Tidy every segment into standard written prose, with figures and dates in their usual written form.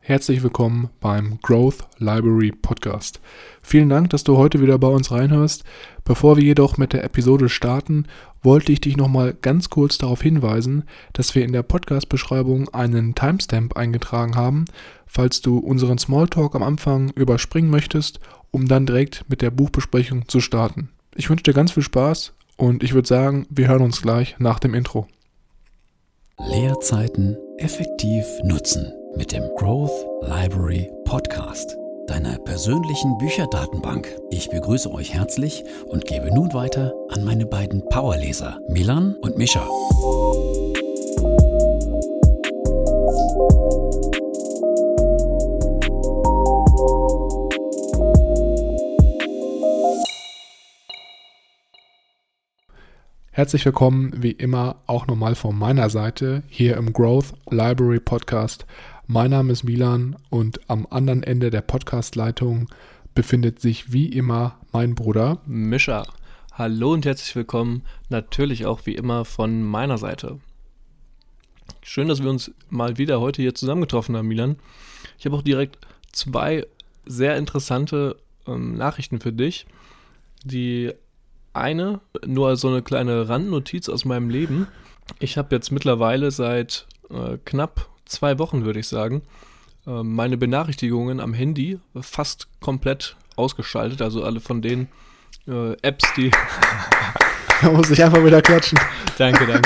herzlich willkommen beim Growth Library Podcast. Vielen Dank, dass du heute wieder bei uns reinhörst. Bevor wir jedoch mit der Episode starten, wollte ich dich nochmal ganz kurz darauf hinweisen, dass wir in der Podcast-Beschreibung einen Timestamp eingetragen haben, falls du unseren Smalltalk am Anfang überspringen möchtest, um dann direkt mit der Buchbesprechung zu starten. Ich wünsche dir ganz viel Spaß und ich würde sagen, wir hören uns gleich nach dem Intro. Leerzeiten effektiv nutzen mit dem Growth Library Podcast, deiner persönlichen Bücherdatenbank. Ich begrüße euch herzlich und gebe nun weiter an meine beiden Powerleser, Milan und Mischa. Herzlich willkommen, wie immer, auch nochmal von meiner Seite, hier im Growth Library Podcast. Mein Name ist Milan und am anderen Ende der Podcast-Leitung befindet sich wie immer mein Bruder Mischa. Hallo und herzlich willkommen, natürlich auch wie immer von meiner Seite. Schön, dass wir uns mal wieder heute hier zusammengetroffen haben, Milan. Ich habe auch direkt zwei sehr interessante Nachrichten für dich. Die eine, nur so eine kleine Randnotiz aus meinem Leben. Ich habe jetzt mittlerweile seit knapp 2 Wochen, würde ich sagen, meine Benachrichtigungen am Handy fast komplett ausgeschaltet. Also alle von den Apps, die... Da muss ich einfach wieder klatschen. Danke.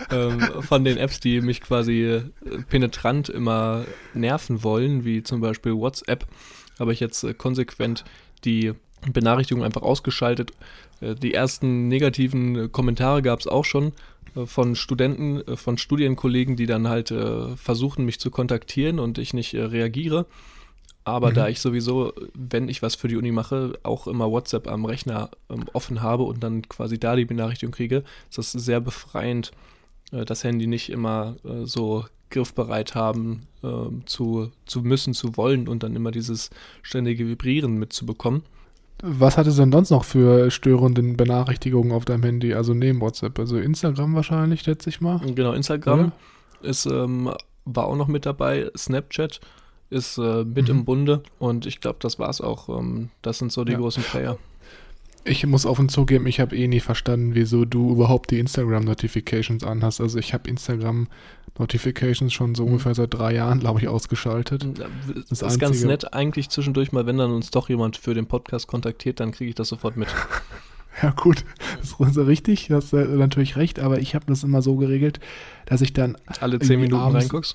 Von den Apps, die mich quasi penetrant immer nerven wollen, wie zum Beispiel WhatsApp, habe ich jetzt konsequent die Benachrichtigungen einfach ausgeschaltet. Die ersten negativen Kommentare gab es auch schon von Studenten, von Studienkollegen, die dann halt versuchen, mich zu kontaktieren und ich nicht reagiere. Aber da ich sowieso, wenn ich was für die Uni mache, auch immer WhatsApp am Rechner offen habe und dann quasi da die Benachrichtigung kriege, ist das sehr befreiend, das Handy nicht immer so griffbereit haben zu müssen, zu wollen und dann immer dieses ständige Vibrieren mitzubekommen. Was hattest du denn sonst noch für störende Benachrichtigungen auf deinem Handy, also neben WhatsApp? Also Instagram wahrscheinlich, schätze ich mal. Genau, Instagram ist, war auch noch mit dabei, Snapchat ist mit im Bunde und ich glaube, das war's auch. Das sind so die großen Player. Ich muss offen zugeben, ich habe nie verstanden, wieso du überhaupt die Instagram-Notifications anhast. Also ich habe Instagram-Notifications schon so ungefähr seit 3 Jahren, glaube ich, ausgeschaltet. Das ist ganz nett eigentlich zwischendurch mal, wenn dann uns doch jemand für den Podcast kontaktiert, dann kriege ich das sofort mit. Ja gut, das ist so richtig, du hast natürlich recht, aber ich habe das immer so geregelt, dass ich dann alle 10 Minuten reinguckst?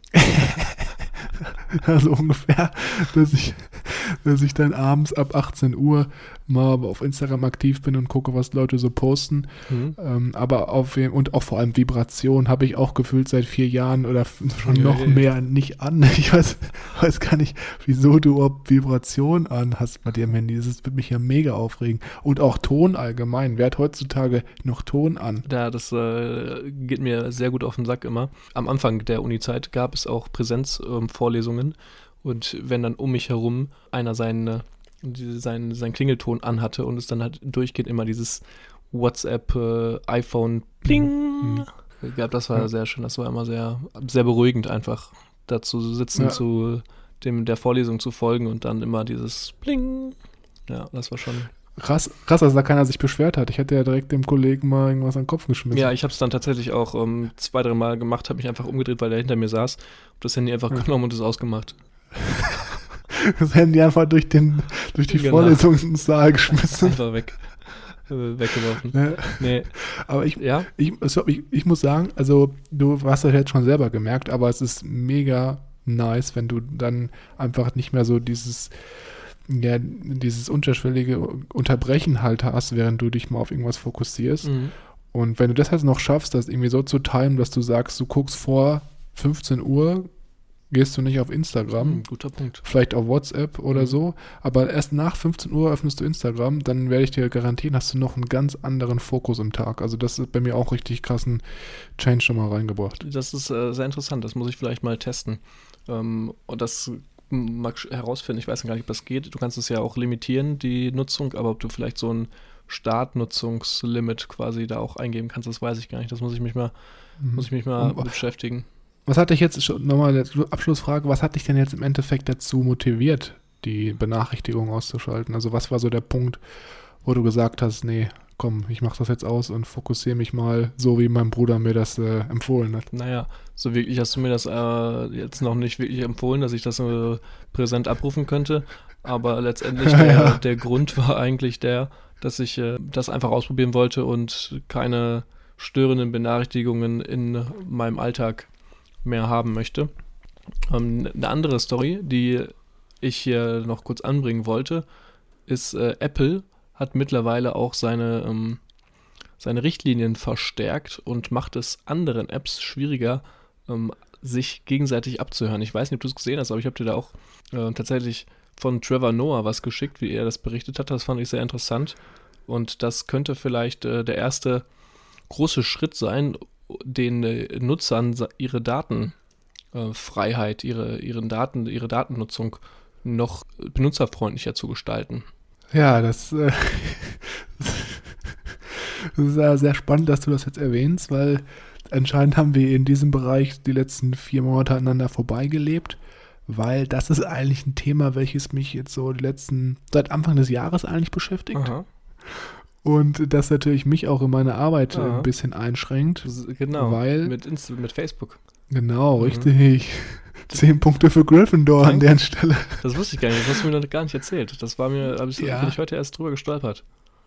Also ungefähr, dass ich dann abends ab 18 Uhr mal auf Instagram aktiv bin und gucke, was Leute so posten. Aber und auch vor allem Vibration habe ich auch gefühlt seit 4 Jahren oder schon noch mehr nicht an. Ich weiß gar nicht, wieso du überhaupt Vibration an hast bei dir im Handy. Das wird mich ja mega aufregen. Und auch Ton allgemein. Wer hat heutzutage noch Ton an? Ja, das geht mir sehr gut auf den Sack immer. Am Anfang der Uni-Zeit gab es auch Präsenzvorlesungen. Und wenn dann um mich herum einer seinen Klingelton anhatte und es dann halt durchgehend immer dieses WhatsApp, iPhone, Bling gab, das war sehr schön. Das war immer sehr, sehr beruhigend einfach, da zu sitzen, zu der Vorlesung zu folgen und dann immer dieses Bling. Ja, das war schon... Krass, dass da keiner sich beschwert hat. Ich hätte ja direkt dem Kollegen mal irgendwas an den Kopf geschmissen. Ja, ich habe es dann tatsächlich auch 2-3 Mal gemacht, habe mich einfach umgedreht, weil der hinter mir saß, habe das Handy einfach genommen und es ausgemacht. Das Handy einfach durch die Vorlesungssaal geschmissen. Einfach weggeworfen. Nee. Aber ich muss sagen, also du hast das jetzt schon selber gemerkt, aber es ist mega nice, wenn du dann einfach nicht mehr so dieses unterschwellige Unterbrechen halt hast, während du dich mal auf irgendwas fokussierst. Und wenn du das halt noch schaffst, das irgendwie so zu timen, dass du sagst, du guckst vor 15 Uhr, gehst du nicht auf Instagram. Guter Punkt. Vielleicht auf WhatsApp oder so, aber erst nach 15 Uhr öffnest du Instagram, dann werde ich dir garantieren, hast du noch einen ganz anderen Fokus im Tag. Also das ist bei mir auch richtig krassen Change schon mal reingebracht. Das ist sehr interessant, das muss ich vielleicht mal testen. Und das mag herausfinden, ich weiß gar nicht, ob das geht. Du kannst es ja auch limitieren, die Nutzung, aber ob du vielleicht so ein Startnutzungslimit quasi da auch eingeben kannst, das weiß ich gar nicht. Das muss ich mich mal beschäftigen. Was hat dich jetzt, nochmal eine Abschlussfrage, was hat dich denn jetzt im Endeffekt dazu motiviert, die Benachrichtigung auszuschalten? Also was war so der Punkt, wo du gesagt hast, nee, komm, ich mach das jetzt aus und fokussiere mich mal so, wie mein Bruder mir das empfohlen hat? Naja, so wirklich hast du mir das jetzt noch nicht wirklich empfohlen, dass ich das präsent abrufen könnte. Aber letztendlich der Grund war eigentlich dass ich das einfach ausprobieren wollte und keine störenden Benachrichtigungen in meinem Alltag mehr haben möchte. Eine andere Story, die ich hier noch kurz anbringen wollte, ist, Apple hat mittlerweile auch seine Richtlinien verstärkt und macht es anderen Apps schwieriger, sich gegenseitig abzuhören. Ich weiß nicht, ob du es gesehen hast, aber ich habe dir da auch tatsächlich von Trevor Noah was geschickt, wie er das berichtet hat. Das fand ich sehr interessant. Und das könnte vielleicht der erste große Schritt sein, den Nutzern ihre Datenfreiheit, ihre Datennutzung noch benutzerfreundlicher zu gestalten. Ja, das ist ja sehr spannend, dass du das jetzt erwähnst, weil anscheinend haben wir in diesem Bereich die letzten 4 Monate aneinander vorbeigelebt, weil das ist eigentlich ein Thema, welches mich jetzt so seit Anfang des Jahres eigentlich beschäftigt. Aha. Und das natürlich mich auch in meiner Arbeit ein bisschen einschränkt. Genau, weil, mit Facebook. Genau, richtig. 10 Punkte für Gryffindor an der Stelle. Das wusste ich gar nicht, das hast du mir noch gar nicht erzählt. Bin ich heute erst drüber gestolpert.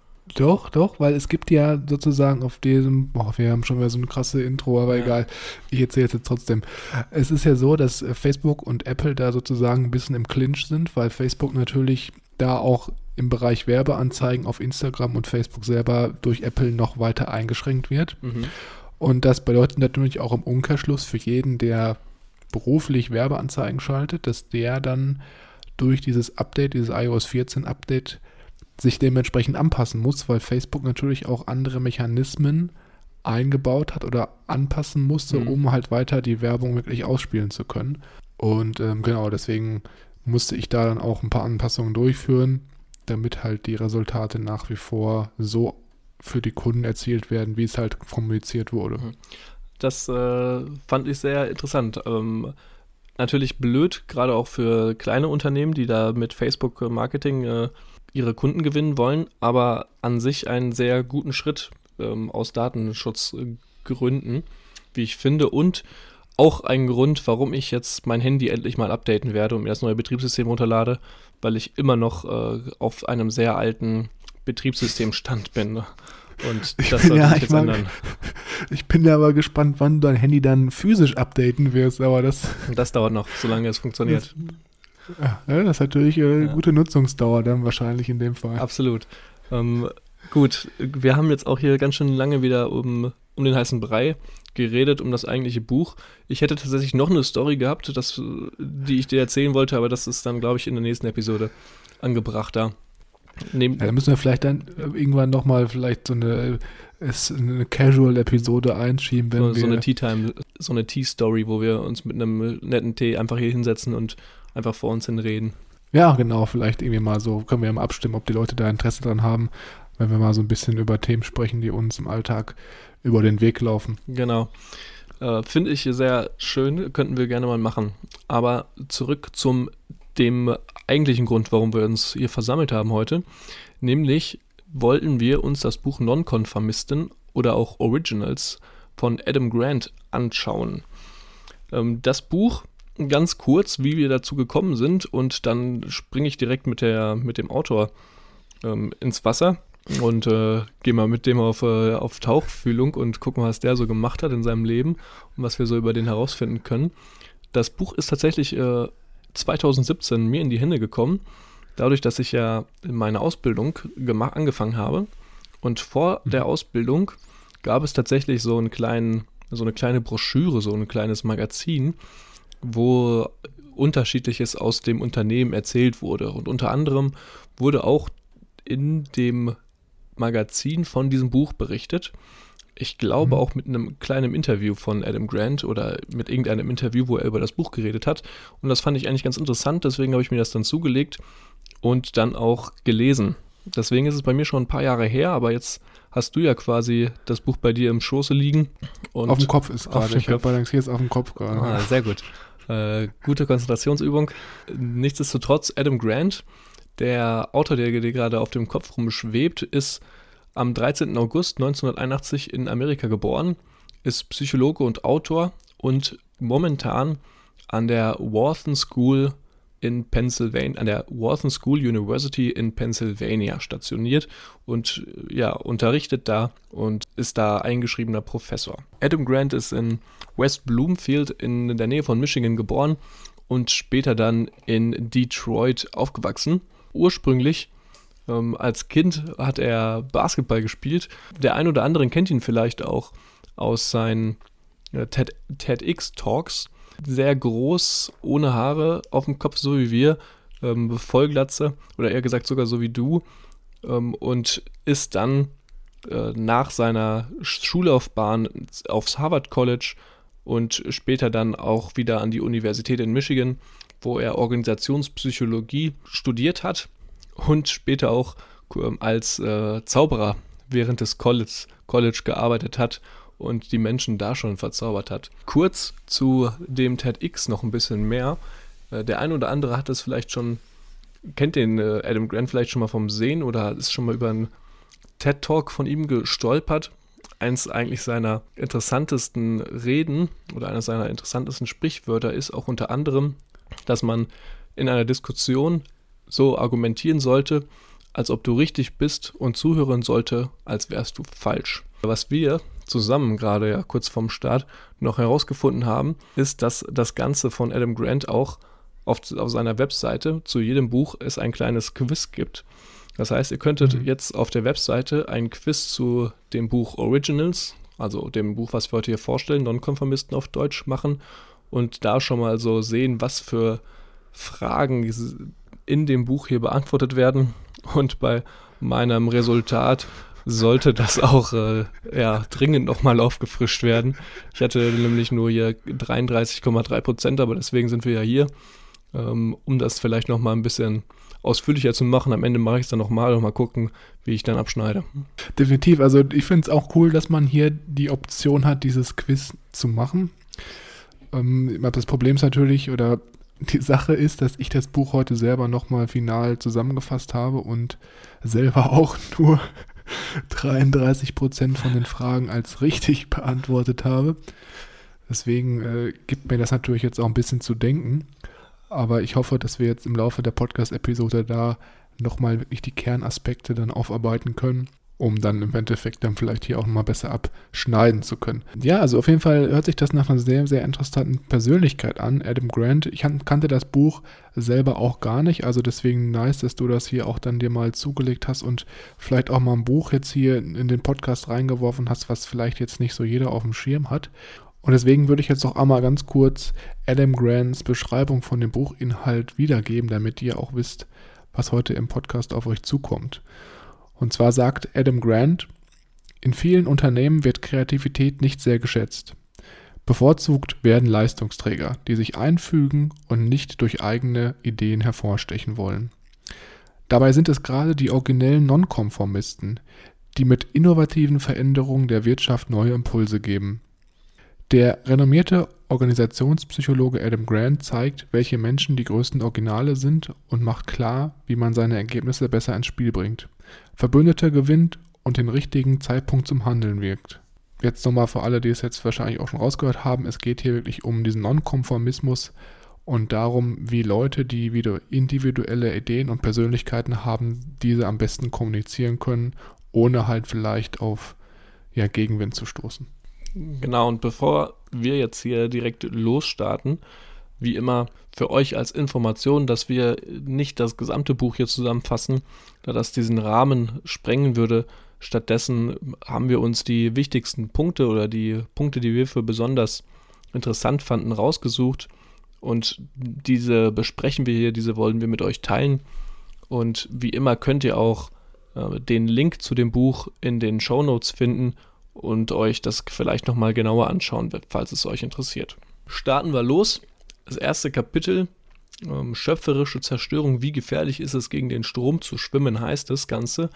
Doch, weil es gibt ja sozusagen auf diesem, wir haben schon wieder so eine krasse Intro, aber egal, ich erzähle es jetzt trotzdem. Es ist ja so, dass Facebook und Apple da sozusagen ein bisschen im Clinch sind, weil Facebook natürlich da auch im Bereich Werbeanzeigen auf Instagram und Facebook selber durch Apple noch weiter eingeschränkt wird. Mhm. Und das bedeutet natürlich auch im Umkehrschluss für jeden, der beruflich Werbeanzeigen schaltet, dass der dann durch dieses Update, dieses iOS 14 Update, sich dementsprechend anpassen muss, weil Facebook natürlich auch andere Mechanismen eingebaut hat oder anpassen musste, um halt weiter die Werbung wirklich ausspielen zu können. Und genau, deswegen musste ich da dann auch ein paar Anpassungen durchführen, damit halt die Resultate nach wie vor so für die Kunden erzielt werden, wie es halt kommuniziert wurde. Das fand ich sehr interessant. Natürlich blöd, gerade auch für kleine Unternehmen, die da mit Facebook-Marketing ihre Kunden gewinnen wollen, aber an sich einen sehr guten Schritt aus Datenschutzgründen, wie ich finde, und auch ein Grund, warum ich jetzt mein Handy endlich mal updaten werde und mir das neue Betriebssystem runterlade, weil ich immer noch auf einem sehr alten Betriebssystemstand bin. Und das sollte sich jetzt ändern. Ich bin ja aber gespannt, wann du dein Handy dann physisch updaten wirst, aber das dauert noch, solange es funktioniert. Das hat natürlich gute Nutzungsdauer dann wahrscheinlich in dem Fall. Absolut. Gut, wir haben jetzt auch hier ganz schön lange wieder um den heißen Brei geredet, um das eigentliche Buch. Ich hätte tatsächlich noch eine Story gehabt, die ich dir erzählen wollte, aber das ist dann, glaube ich, in der nächsten Episode angebrachter. Da müssen wir vielleicht dann irgendwann nochmal vielleicht so eine Casual-Episode einschieben, wenn so eine Tea-Time, so eine Tea-Story, wo wir uns mit einem netten Tee einfach hier hinsetzen und einfach vor uns hin reden. Ja, genau, vielleicht irgendwie mal so, können wir ja mal abstimmen, ob die Leute da Interesse dran haben, wenn wir mal so ein bisschen über Themen sprechen, die uns im Alltag über den Weg laufen. Genau. Finde ich sehr schön, könnten wir gerne mal machen. Aber zurück zum dem eigentlichen Grund, warum wir uns hier versammelt haben heute. Nämlich wollten wir uns das Buch Nonkonformisten oder auch Originals von Adam Grant anschauen. Das Buch, ganz kurz, wie wir dazu gekommen sind, und dann springe ich direkt mit dem Autor ins Wasser und gehe mal mit dem auf Tauchfühlung und gucken, was der so gemacht hat in seinem Leben und was wir so über den herausfinden können. Das Buch ist tatsächlich 2017 mir in die Hände gekommen, dadurch, dass ich ja meine Ausbildung angefangen habe. Und vor der Ausbildung gab es tatsächlich so eine kleine Broschüre, so ein kleines Magazin, wo Unterschiedliches aus dem Unternehmen erzählt wurde. Und unter anderem wurde auch in dem Magazin von diesem Buch berichtet. Ich glaube auch mit einem kleinen Interview von Adam Grant oder mit irgendeinem Interview, wo er über das Buch geredet hat. Und das fand ich eigentlich ganz interessant, deswegen habe ich mir das dann zugelegt und dann auch gelesen. Deswegen ist es bei mir schon ein paar Jahre her, aber jetzt hast du ja quasi das Buch bei dir im Schoße liegen. Und auf dem Kopf ist gerade. Ich balanciere es auf dem Kopf gerade. Sehr gut. Gute Konzentrationsübung. Nichtsdestotrotz, Adam Grant, der Autor, der dir gerade auf dem Kopf rumschwebt, ist am 13. August 1981 in Amerika geboren, ist Psychologe und Autor und momentan an der Wharton School University in Pennsylvania stationiert und unterrichtet da und ist da eingeschriebener Professor. Adam Grant ist in West Bloomfield in der Nähe von Michigan geboren und später dann in Detroit aufgewachsen. Ursprünglich als Kind hat er Basketball gespielt. Der ein oder andere kennt ihn vielleicht auch aus seinen TEDx-Talks. Sehr groß, ohne Haare auf dem Kopf, so wie wir, Vollglatze oder eher gesagt sogar so wie du, und ist dann nach seiner Schullaufbahn aufs Harvard College und später dann auch wieder an die Universität in Michigan, wo er Organisationspsychologie studiert hat und später auch als Zauberer während des College gearbeitet hat und die Menschen da schon verzaubert hat. Kurz zu dem TEDx noch ein bisschen mehr. Der ein oder andere hat es vielleicht schon, kennt den Adam Grant vielleicht schon mal vom Sehen oder ist schon mal über einen TED-Talk von ihm gestolpert. Eins eigentlich seiner interessantesten Reden oder eines seiner interessantesten Sprichwörter ist auch unter anderem, dass man in einer Diskussion so argumentieren sollte, als ob du richtig bist und zuhören sollte, als wärst du falsch. Was wir zusammen gerade ja kurz vorm Start noch herausgefunden haben, ist, dass das Ganze von Adam Grant auch auf seiner Webseite zu jedem Buch es ein kleines Quiz gibt. Das heißt, ihr könntet jetzt auf der Webseite ein Quiz zu dem Buch Originals, also dem Buch, was wir heute hier vorstellen, Nonkonformisten auf Deutsch machen und da schon mal so sehen, was für Fragen in dem Buch hier beantwortet werden. Und bei meinem Resultat sollte das auch dringend nochmal aufgefrischt werden. Ich hatte nämlich nur hier 33,3%, aber deswegen sind wir ja hier, um das vielleicht nochmal ein bisschen ausführlicher zu machen. Am Ende mache ich es dann nochmal und mal gucken, wie ich dann abschneide. Definitiv, also ich finde es auch cool, dass man hier die Option hat, dieses Quiz zu machen. Das Problem ist natürlich, oder die Sache ist, dass ich das Buch heute selber nochmal final zusammengefasst habe und selber auch nur 33% von den Fragen als richtig beantwortet habe. Deswegen gibt mir das natürlich jetzt auch ein bisschen zu denken. Aber ich hoffe, dass wir jetzt im Laufe der Podcast-Episode da nochmal wirklich die Kernaspekte dann aufarbeiten können, um dann im Endeffekt dann vielleicht hier auch nochmal besser abschneiden zu können. Ja, also auf jeden Fall hört sich das nach einer sehr, sehr interessanten Persönlichkeit an, Adam Grant. Ich kannte das Buch selber auch gar nicht, also deswegen nice, dass du das hier auch dann dir mal zugelegt hast und vielleicht auch mal ein Buch jetzt hier in den Podcast reingeworfen hast, was vielleicht jetzt nicht so jeder auf dem Schirm hat. Und deswegen würde ich jetzt auch einmal ganz kurz Adam Grants Beschreibung von dem Buchinhalt wiedergeben, damit ihr auch wisst, was heute im Podcast auf euch zukommt. Und zwar sagt Adam Grant, in vielen Unternehmen wird Kreativität nicht sehr geschätzt. Bevorzugt werden Leistungsträger, die sich einfügen und nicht durch eigene Ideen hervorstechen wollen. Dabei sind es gerade die originellen Nonkonformisten, die mit innovativen Veränderungen der Wirtschaft neue Impulse geben. Der renommierte Organisationspsychologe Adam Grant zeigt, welche Menschen die größten Originale sind und macht klar, wie man seine Ergebnisse besser ins Spiel bringt, Verbündete gewinnt und den richtigen Zeitpunkt zum Handeln wirkt. Jetzt nochmal für alle, die es jetzt wahrscheinlich auch schon rausgehört haben, es geht hier wirklich um diesen Nonkonformismus und darum, wie Leute, die wieder individuelle Ideen und Persönlichkeiten haben, diese am besten kommunizieren können, ohne halt vielleicht auf Gegenwind zu stoßen. Genau, und bevor wir jetzt hier direkt losstarten, wie immer für euch als Information, dass wir nicht das gesamte Buch hier zusammenfassen, da das diesen Rahmen sprengen würde. Stattdessen haben wir uns die wichtigsten Punkte oder die Punkte, die wir für besonders interessant fanden, rausgesucht und diese besprechen wir hier, diese wollen wir mit euch teilen und wie immer könnt ihr auch den Link zu dem Buch in den Shownotes finden und euch das vielleicht nochmal genauer anschauen, falls es euch interessiert. Starten wir los. Das erste Kapitel, schöpferische Zerstörung, wie gefährlich ist es, gegen den Strom zu schwimmen, heißt das Ganze.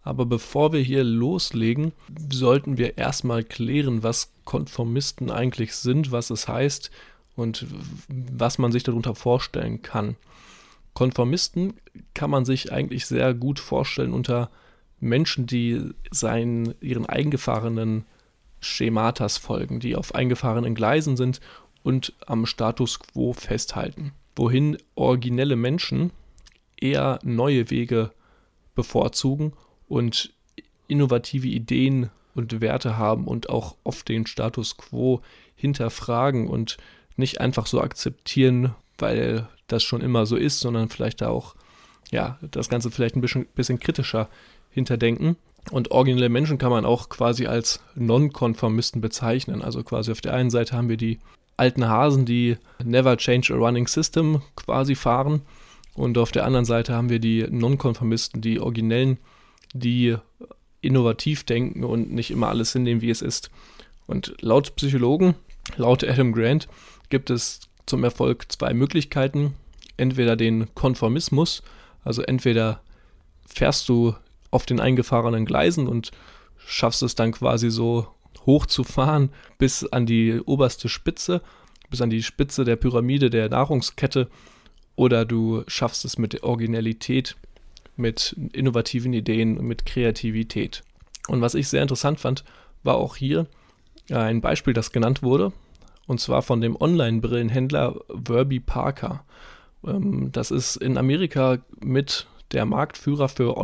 Aber bevor wir hier loslegen, sollten wir erstmal klären, was Konformisten eigentlich sind, was es heißt und was man sich darunter vorstellen kann. Konformisten kann man sich eigentlich sehr gut vorstellen unter Menschen, die ihren eingefahrenen Schematas folgen, die auf eingefahrenen Gleisen sind und am Status quo festhalten. Wohin originelle Menschen eher neue Wege bevorzugen und innovative Ideen und Werte haben und auch oft den Status quo hinterfragen und nicht einfach so akzeptieren, weil das schon immer so ist, sondern vielleicht da auch das Ganze vielleicht ein bisschen kritischer hinterdenken. Und originelle Menschen kann man auch quasi als Non-Konformisten bezeichnen. Also quasi auf der einen Seite haben wir die alten Hasen, die never change a running system quasi fahren. Und auf der anderen Seite haben wir die Non-Konformisten, die Originellen, die innovativ denken und nicht immer alles hinnehmen, wie es ist. Und laut Psychologen, laut Adam Grant, gibt es zum Erfolg 2 Möglichkeiten. Entweder den Konformismus, also entweder fährst du auf den eingefahrenen Gleisen und schaffst es dann quasi so hoch zu fahren bis an die oberste Spitze, bis an die Spitze der Pyramide der Nahrungskette, oder du schaffst es mit der Originalität, mit innovativen Ideen und mit Kreativität. Und was ich sehr interessant fand, war auch hier ein Beispiel, das genannt wurde, und zwar von dem Online-Brillenhändler Warby Parker. Das ist in Amerika mit der Marktführer für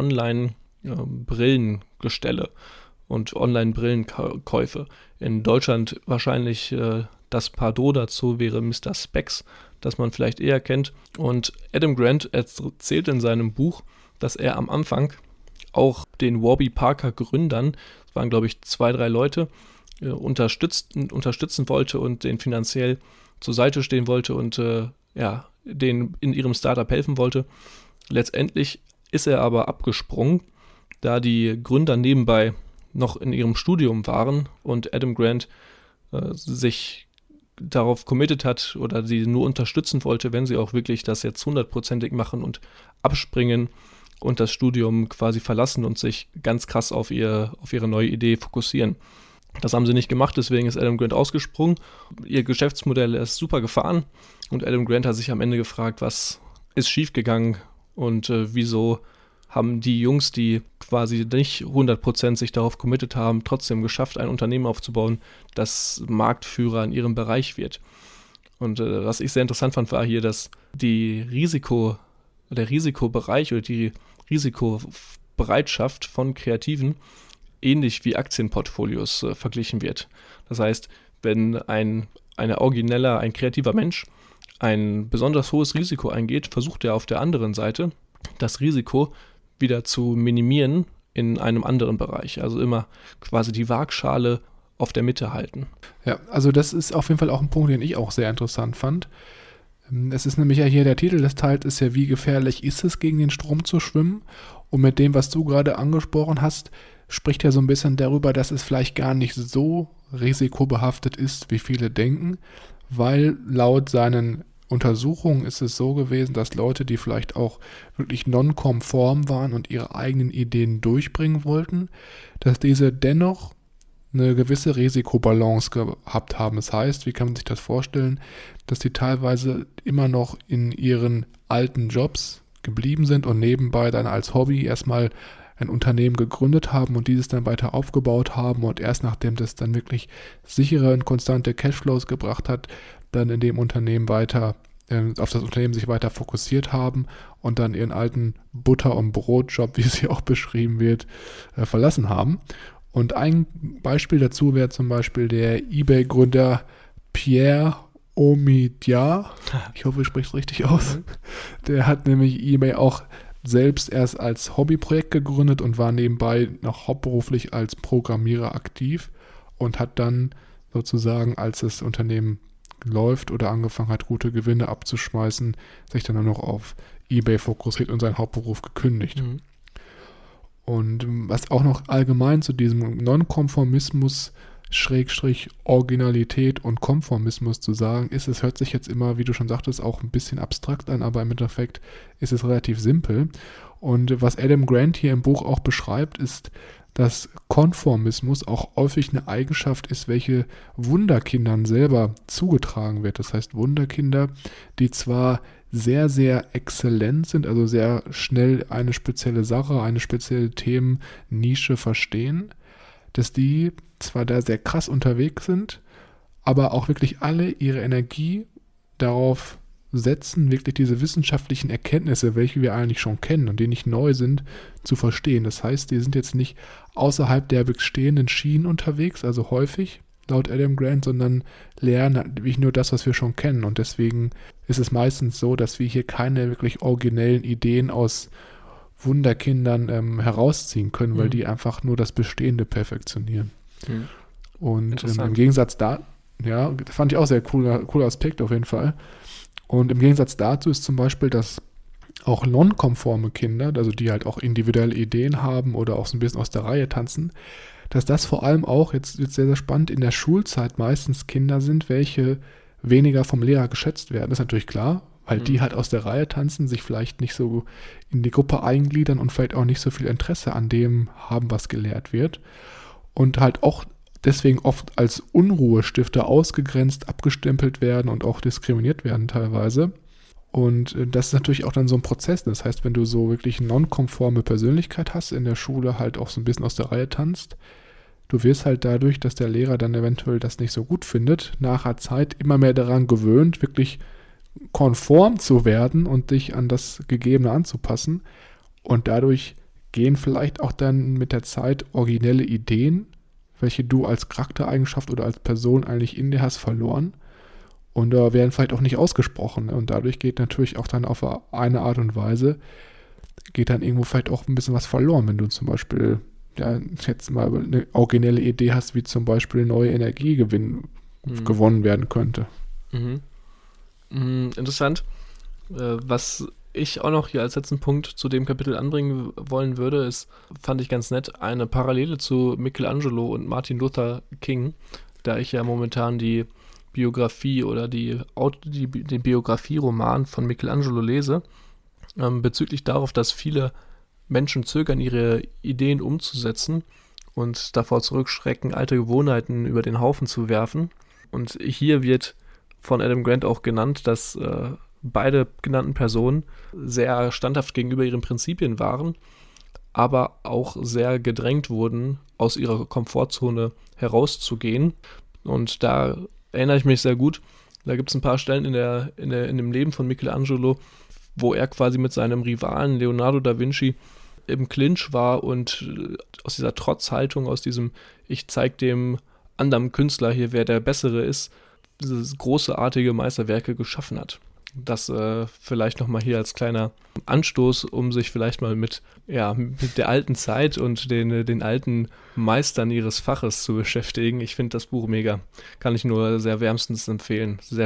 Online-Brillengestelle und Online-Brillenkäufe. In Deutschland wahrscheinlich das Pardot dazu wäre Mr. Spex, das man vielleicht eher kennt. Und Adam Grant erzählt in seinem Buch, dass er am Anfang auch den Warby Parker Gründern, das waren glaube ich 2, 3 Leute, unterstützen wollte und denen finanziell zur Seite stehen wollte und denen in ihrem Startup helfen wollte. Letztendlich ist er aber abgesprungen, da die Gründer nebenbei noch in ihrem Studium waren und Adam Grant sich darauf committed hat oder sie nur unterstützen wollte, wenn sie auch wirklich das jetzt 100%ig machen und abspringen und das Studium quasi verlassen und sich ganz krass auf ihre neue Idee fokussieren. Das haben sie nicht gemacht, deswegen ist Adam Grant ausgesprungen. Ihr Geschäftsmodell ist super gefahren und Adam Grant hat sich am Ende gefragt, was ist schiefgegangen und wieso haben die Jungs, die quasi nicht 100% sich darauf committed haben, trotzdem geschafft, ein Unternehmen aufzubauen, das Marktführer in ihrem Bereich wird. Und was ich sehr interessant fand, war hier, dass der Risikobereich oder die Risikobereitschaft von Kreativen ähnlich wie Aktienportfolios verglichen wird. Das heißt, wenn ein kreativer Mensch ein besonders hohes Risiko eingeht, versucht er auf der anderen Seite das Risiko wieder zu minimieren in einem anderen Bereich. Also immer quasi die Waagschale auf der Mitte halten. Ja, also das ist auf jeden Fall auch ein Punkt, den ich auch sehr interessant fand. Es ist nämlich ja hier, der Titel des Teils ist ja, wie gefährlich ist es, gegen den Strom zu schwimmen? Und mit dem, was du gerade angesprochen hast, spricht er so ein bisschen darüber, dass es vielleicht gar nicht so risikobehaftet ist, wie viele denken, weil laut seinen Untersuchungen ist es so gewesen, dass Leute, die vielleicht auch wirklich nonkonform waren und ihre eigenen Ideen durchbringen wollten, dass diese dennoch eine gewisse Risikobalance gehabt haben. Das heißt, wie kann man sich das vorstellen, dass die teilweise immer noch in ihren alten Jobs geblieben sind und nebenbei dann als Hobby erstmal ein Unternehmen gegründet haben und dieses dann weiter aufgebaut haben und erst nachdem das dann wirklich sichere und konstante Cashflows gebracht hat, dann in dem Unternehmen auf das Unternehmen sich weiter fokussiert haben und dann ihren alten Butter- und Brotjob, wie es hier auch beschrieben wird, verlassen haben. Und ein Beispiel dazu wäre zum Beispiel der eBay-Gründer Pierre Omidyar. Ich hoffe, ich spreche es richtig aus. Der hat nämlich eBay auch selbst erst als Hobbyprojekt gegründet und war nebenbei noch hauptberuflich als Programmierer aktiv und hat dann sozusagen, als das Unternehmen läuft oder angefangen hat, gute Gewinne abzuschmeißen, sich dann noch auf eBay fokussiert und seinen Hauptberuf gekündigt. Und was auch noch allgemein zu diesem Nonkonformismus Originalität und Konformismus zu sagen, es hört sich jetzt immer, wie du schon sagtest, auch ein bisschen abstrakt an, aber im Endeffekt ist es relativ simpel. Und was Adam Grant hier im Buch auch beschreibt, ist, dass Konformismus auch häufig eine Eigenschaft ist, welche Wunderkindern selber zugetragen wird. Das heißt, Wunderkinder, die zwar sehr, sehr exzellent sind, also sehr schnell eine spezielle Sache, eine spezielle Themennische verstehen, dass die zwar da sehr krass unterwegs sind, aber auch wirklich alle ihre Energie darauf setzen, wirklich diese wissenschaftlichen Erkenntnisse, welche wir eigentlich schon kennen und die nicht neu sind, zu verstehen. Das heißt, die sind jetzt nicht außerhalb der bestehenden Schienen unterwegs, also häufig, laut Adam Grant, sondern lernen wirklich nur das, was wir schon kennen. Und deswegen ist es meistens so, dass wir hier keine wirklich originellen Ideen aus Wunderkindern herausziehen können, weil die einfach nur das Bestehende perfektionieren. Und im Gegensatz das fand ich auch sehr cooler Aspekt auf jeden Fall. Und im Gegensatz dazu ist zum Beispiel, dass auch nonkonforme Kinder, also die halt auch individuelle Ideen haben oder auch so ein bisschen aus der Reihe tanzen, dass das vor allem auch, jetzt sehr, sehr spannend, in der Schulzeit meistens Kinder sind, welche weniger vom Lehrer geschätzt werden. Das ist natürlich klar, weil die halt aus der Reihe tanzen, sich vielleicht nicht so in die Gruppe eingliedern und vielleicht auch nicht so viel Interesse an dem haben, was gelehrt wird. Und halt auch deswegen oft als Unruhestifter ausgegrenzt, abgestempelt werden und auch diskriminiert werden teilweise. Und das ist natürlich auch dann so ein Prozess. Das heißt, wenn du so wirklich eine nonkonforme Persönlichkeit hast, in der Schule halt auch so ein bisschen aus der Reihe tanzt, du wirst halt dadurch, dass der Lehrer dann eventuell das nicht so gut findet, nach einer Zeit immer mehr daran gewöhnt, wirklich konform zu werden und dich an das Gegebene anzupassen. Und dadurch gehen vielleicht auch dann mit der Zeit originelle Ideen, welche du als Charaktereigenschaft oder als Person eigentlich in dir hast, verloren und werden vielleicht auch nicht ausgesprochen. Und dadurch geht natürlich auch dann auf eine Art und Weise, geht dann irgendwo vielleicht auch ein bisschen was verloren, wenn du zum Beispiel jetzt mal eine originelle Idee hast, wie zum Beispiel neue Energie gewonnen werden könnte. Interessant. Was ich auch noch hier als letzten Punkt zu dem Kapitel anbringen wollen würde, ist, fand ich ganz nett, eine Parallele zu Michelangelo und Martin Luther King, da ich ja momentan die Biografie oder den Biografieroman von Michelangelo lese, bezüglich darauf, dass viele Menschen zögern, ihre Ideen umzusetzen und davor zurückschrecken, alte Gewohnheiten über den Haufen zu werfen. Und hier wird von Adam Grant auch genannt, dass beide genannten Personen sehr standhaft gegenüber ihren Prinzipien waren, aber auch sehr gedrängt wurden, aus ihrer Komfortzone herauszugehen. Und da erinnere ich mich sehr gut. Da gibt es ein paar Stellen in dem Leben von Michelangelo, wo er quasi mit seinem Rivalen Leonardo da Vinci im Clinch war und aus dieser Trotzhaltung, aus diesem ich zeig dem anderen Künstler hier, wer der Bessere ist, dieses großartige Meisterwerke geschaffen hat. Das vielleicht nochmal hier als kleiner Anstoß, um sich vielleicht mal mit der alten Zeit und den alten Meistern ihres Faches zu beschäftigen. Ich finde das Buch mega. Kann ich nur sehr wärmstens empfehlen. Sehr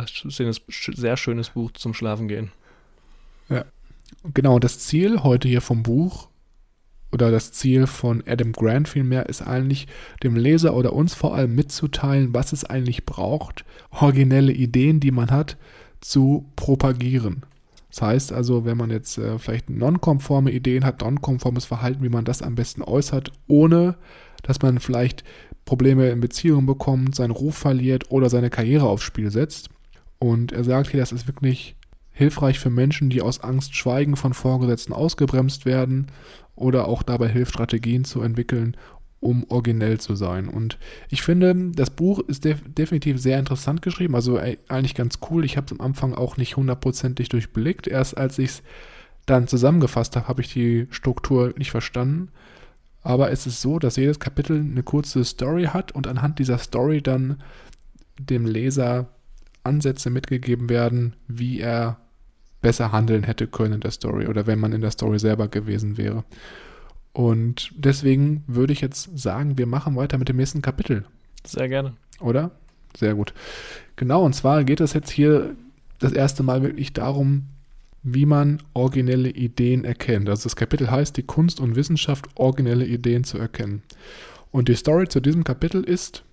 schönes Buch zum Schlafen gehen. Ja, genau. Das Ziel heute hier vom Buch oder das Ziel von Adam Grant vielmehr ist eigentlich, dem Leser oder uns vor allem mitzuteilen, was es eigentlich braucht, originelle Ideen, die man hat, zu propagieren. Das heißt also, wenn man jetzt vielleicht nonkonforme Ideen hat, nonkonformes Verhalten, wie man das am besten äußert, ohne dass man vielleicht Probleme in Beziehungen bekommt, seinen Ruf verliert oder seine Karriere aufs Spiel setzt. Und er sagt hier, das ist wirklich hilfreich für Menschen, die aus Angst, Schweigen von Vorgesetzten ausgebremst werden oder auch dabei hilft, Strategien zu entwickeln, um originell zu sein. Und ich finde, das Buch ist definitiv sehr interessant geschrieben, also eigentlich ganz cool. Ich habe es am Anfang auch nicht hundertprozentig durchblickt. Erst als ich es dann zusammengefasst habe, habe ich die Struktur nicht verstanden. Aber es ist so, dass jedes Kapitel eine kurze Story hat und anhand dieser Story dann dem Leser Ansätze mitgegeben werden, wie er besser handeln hätte können in der Story oder wenn man in der Story selber gewesen wäre. Und deswegen würde ich jetzt sagen, wir machen weiter mit dem nächsten Kapitel. Sehr gerne. Oder? Sehr gut. Genau, und zwar geht es jetzt hier das erste Mal wirklich darum, wie man originelle Ideen erkennt. Also das Kapitel heißt die Kunst und Wissenschaft, originelle Ideen zu erkennen. Und die Story zu diesem Kapitel ist,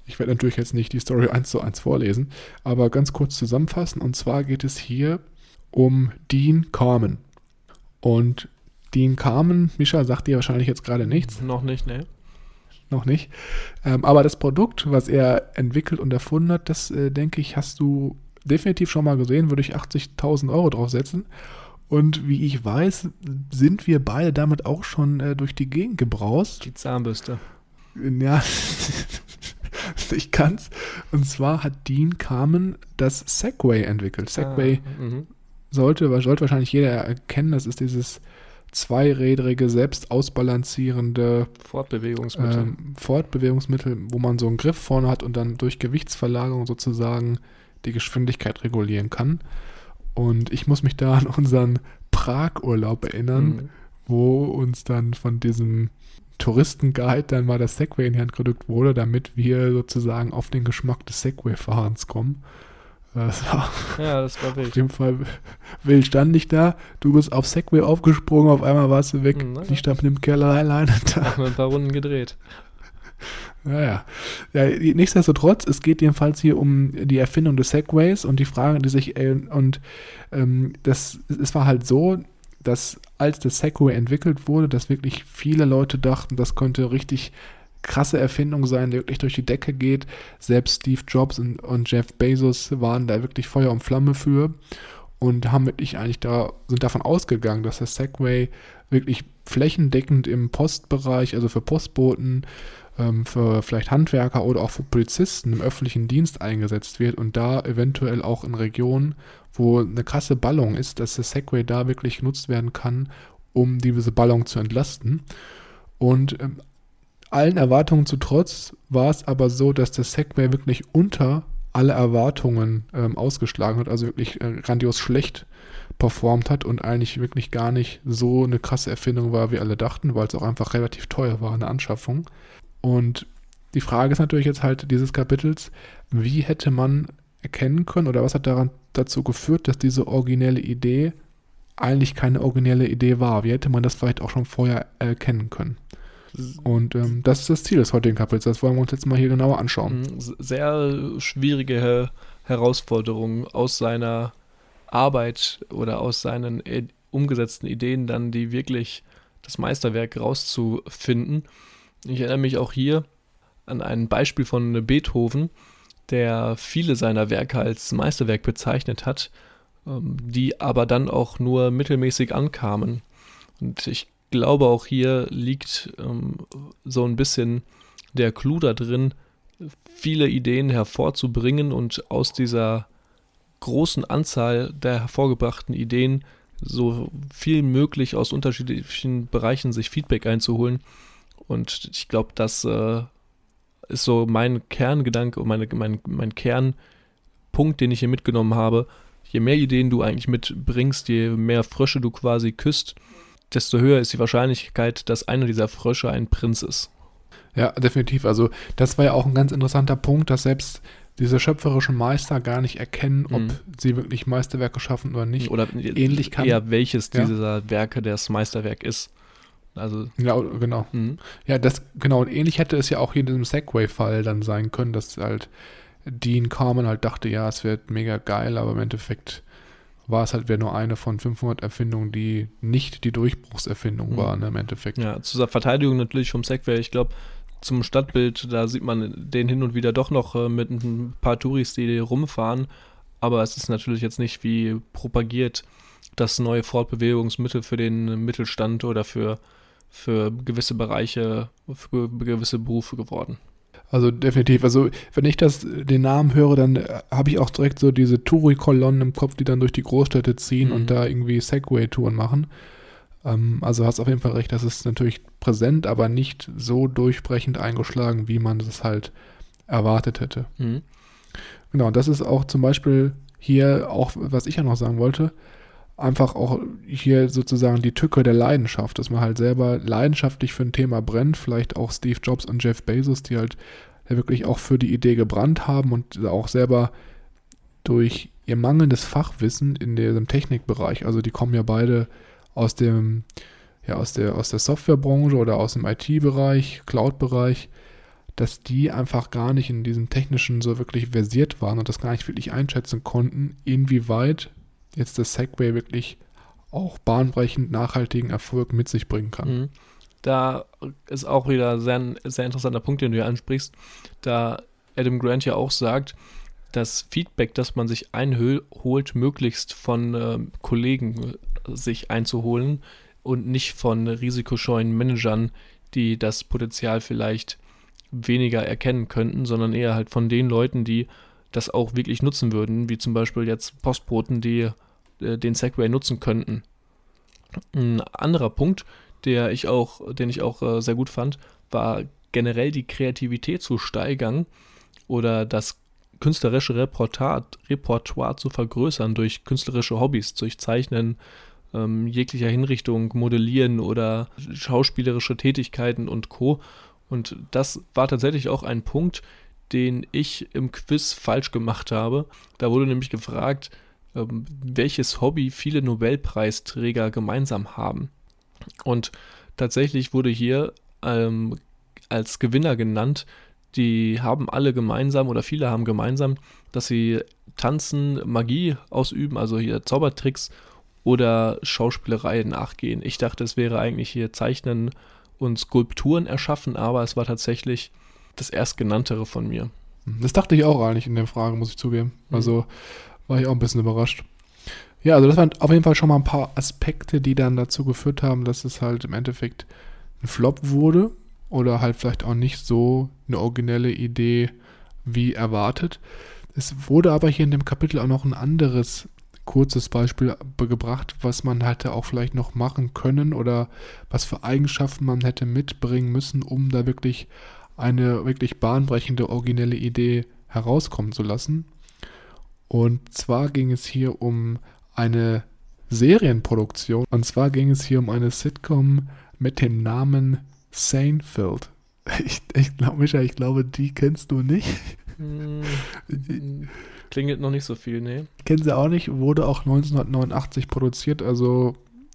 Ich werde natürlich jetzt nicht die Story 1:1 vorlesen, aber ganz kurz zusammenfassen. Und zwar geht es hier um Dean Kamen. Und Dean Kamen, Mischa, sagt dir wahrscheinlich jetzt gerade nichts. Noch nicht, ne? Noch nicht. Aber das Produkt, was er entwickelt und erfunden hat, das, denke ich, hast du definitiv schon mal gesehen, würde ich 80.000 Euro draufsetzen. Und wie ich weiß, sind wir beide damit auch schon durch die Gegend gebraust. Die Zahnbürste. Ja, ich kann's. Und zwar hat Dean Kamen das Segway entwickelt. Segway sollte wahrscheinlich jeder erkennen. Das ist dieses zweirädrige, selbst ausbalancierende Fortbewegungsmittel, wo man so einen Griff vorne hat und dann durch Gewichtsverlagerung sozusagen die Geschwindigkeit regulieren kann. Und ich muss mich da an unseren Prag-Urlaub erinnern, wo uns dann von diesem Touristenguide dann mal das Segway in die Hand gedrückt wurde, damit wir sozusagen auf den Geschmack des Segway-Fahrens kommen. Das war wild. Auf jeden Fall wild. Stand ich da, du bist auf Segway aufgesprungen, auf einmal warst du weg, ich stand mit dem Kerl alleine da. Haben wir ein paar Runden gedreht. Ja, nichtsdestotrotz, es geht jedenfalls hier um die Erfindung des Segways und die Frage, es war halt so, dass als das Segway entwickelt wurde, dass wirklich viele Leute dachten, das könnte richtig krasse Erfindung sein, die wirklich durch die Decke geht. Selbst Steve Jobs und Jeff Bezos waren da wirklich Feuer und Flamme für und haben wirklich sind davon ausgegangen, dass das Segway wirklich flächendeckend im Postbereich, also für Postboten, für vielleicht Handwerker oder auch für Polizisten im öffentlichen Dienst eingesetzt wird und da eventuell auch in Regionen, wo eine krasse Ballung ist, dass das Segway da wirklich genutzt werden kann, um diese Ballung zu entlasten. Und allen Erwartungen zu trotz war es aber so, dass das Segway wirklich unter alle Erwartungen ausgeschlagen hat, also wirklich grandios schlecht performt hat und eigentlich wirklich gar nicht so eine krasse Erfindung war, wie alle dachten, weil es auch einfach relativ teuer war, eine Anschaffung. Und die Frage ist natürlich jetzt halt dieses Kapitels, wie hätte man erkennen können oder was hat dazu geführt, dass diese originelle Idee eigentlich keine originelle Idee war? Wie hätte man das vielleicht auch schon vorher erkennen können? Und das ist das Ziel des heutigen Kapitels. Das wollen wir uns jetzt mal hier genauer anschauen. Sehr schwierige Herausforderung aus seiner Arbeit oder aus seinen umgesetzten Ideen dann, die wirklich das Meisterwerk rauszufinden. Ich erinnere mich auch hier an ein Beispiel von Beethoven, der viele seiner Werke als Meisterwerk bezeichnet hat, die aber dann auch nur mittelmäßig ankamen. Und ich glaube, auch hier liegt so ein bisschen der Clou da drin, viele Ideen hervorzubringen und aus dieser großen Anzahl der hervorgebrachten Ideen so viel möglich aus unterschiedlichen Bereichen sich Feedback einzuholen. Und ich glaube, das ist so mein Kerngedanke und mein Kernpunkt, den ich hier mitgenommen habe. Je mehr Ideen du eigentlich mitbringst, je mehr Frösche du quasi küsst, desto höher ist die Wahrscheinlichkeit, dass einer dieser Frösche ein Prinz ist. Ja, definitiv. Also das war ja auch ein ganz interessanter Punkt, dass selbst diese schöpferischen Meister gar nicht erkennen, ob sie wirklich Meisterwerke schaffen oder nicht. Oder ähnlich kann. Ja, welches dieser Werke das Meisterwerk ist. Also, ja, genau. Ja, und ähnlich hätte es ja auch hier in diesem Segway-Fall dann sein können, dass halt Dean Kamen halt dachte, ja, es wird mega geil, aber im Endeffekt war es halt nur eine von 500 Erfindungen, die nicht die Durchbruchserfindung waren im Endeffekt. Ja, zur Verteidigung natürlich vom Segway. Ich glaube, zum Stadtbild, da sieht man den hin und wieder doch noch mit ein paar Touris, die rumfahren, aber es ist natürlich jetzt nicht wie propagiert das neue Fortbewegungsmittel für den Mittelstand oder für gewisse Bereiche, für gewisse Berufe geworden. Also definitiv, also wenn ich den Namen höre, dann habe ich auch direkt so diese Touri-Kolonnen im Kopf, die dann durch die Großstädte ziehen und da irgendwie Segway-Touren machen. Also hast auf jeden Fall recht, das ist natürlich präsent, aber nicht so durchbrechend eingeschlagen, wie man das halt erwartet hätte. Genau, und das ist auch zum Beispiel hier auch, was ich ja noch sagen wollte, einfach auch hier sozusagen die Tücke der Leidenschaft, dass man halt selber leidenschaftlich für ein Thema brennt, vielleicht auch Steve Jobs und Jeff Bezos, die halt ja wirklich auch für die Idee gebrannt haben und auch selber durch ihr mangelndes Fachwissen in diesem Technikbereich, also die kommen ja beide aus der Softwarebranche oder aus dem IT-Bereich, Cloud-Bereich, dass die einfach gar nicht in diesem Technischen so wirklich versiert waren und das gar nicht wirklich einschätzen konnten, inwieweit jetzt das Segway wirklich auch bahnbrechend nachhaltigen Erfolg mit sich bringen kann. Mhm. Da ist auch wieder ein sehr interessanter Punkt, den du hier ansprichst, da Adam Grant ja auch sagt, das Feedback, das man sich einholt, möglichst von Kollegen sich einzuholen und nicht von risikoscheuen Managern, die das Potenzial vielleicht weniger erkennen könnten, sondern eher halt von den Leuten, die das auch wirklich nutzen würden, wie zum Beispiel jetzt Postboten, die den Segway nutzen könnten. Ein anderer Punkt, den ich auch sehr gut fand, war generell die Kreativität zu steigern oder das künstlerische Repertoire zu vergrößern durch künstlerische Hobbys, durch Zeichnen jeglicher Hinrichtung, Modellieren oder schauspielerische Tätigkeiten und Co. Und das war tatsächlich auch ein Punkt, den ich im Quiz falsch gemacht habe. Da wurde nämlich gefragt, welches Hobby viele Nobelpreisträger gemeinsam haben. Und tatsächlich wurde hier als Gewinner genannt, die haben alle gemeinsam oder viele haben gemeinsam, dass sie tanzen, Magie ausüben, also hier Zaubertricks oder Schauspielerei nachgehen. Ich dachte, es wäre eigentlich hier Zeichnen und Skulpturen erschaffen, aber es war tatsächlich das erstgenanntere von mir. Das dachte ich auch eigentlich in der Frage, muss ich zugeben. Also war ich auch ein bisschen überrascht. Ja, also das waren auf jeden Fall schon mal ein paar Aspekte, die dann dazu geführt haben, dass es halt im Endeffekt ein Flop wurde oder halt vielleicht auch nicht so eine originelle Idee wie erwartet. Es wurde aber hier in dem Kapitel auch noch ein anderes kurzes Beispiel gebracht, was man hätte auch vielleicht noch machen können oder was für Eigenschaften man hätte mitbringen müssen, um da wirklich eine wirklich bahnbrechende, originelle Idee herauskommen zu lassen. Und zwar ging es hier um eine Serienproduktion. Und zwar ging es hier um eine Sitcom mit dem Namen Seinfeld. Ich glaube, Micha, die kennst du nicht. Klingelt noch nicht so viel, ne? Kennen sie auch nicht, wurde auch 1989 produziert, also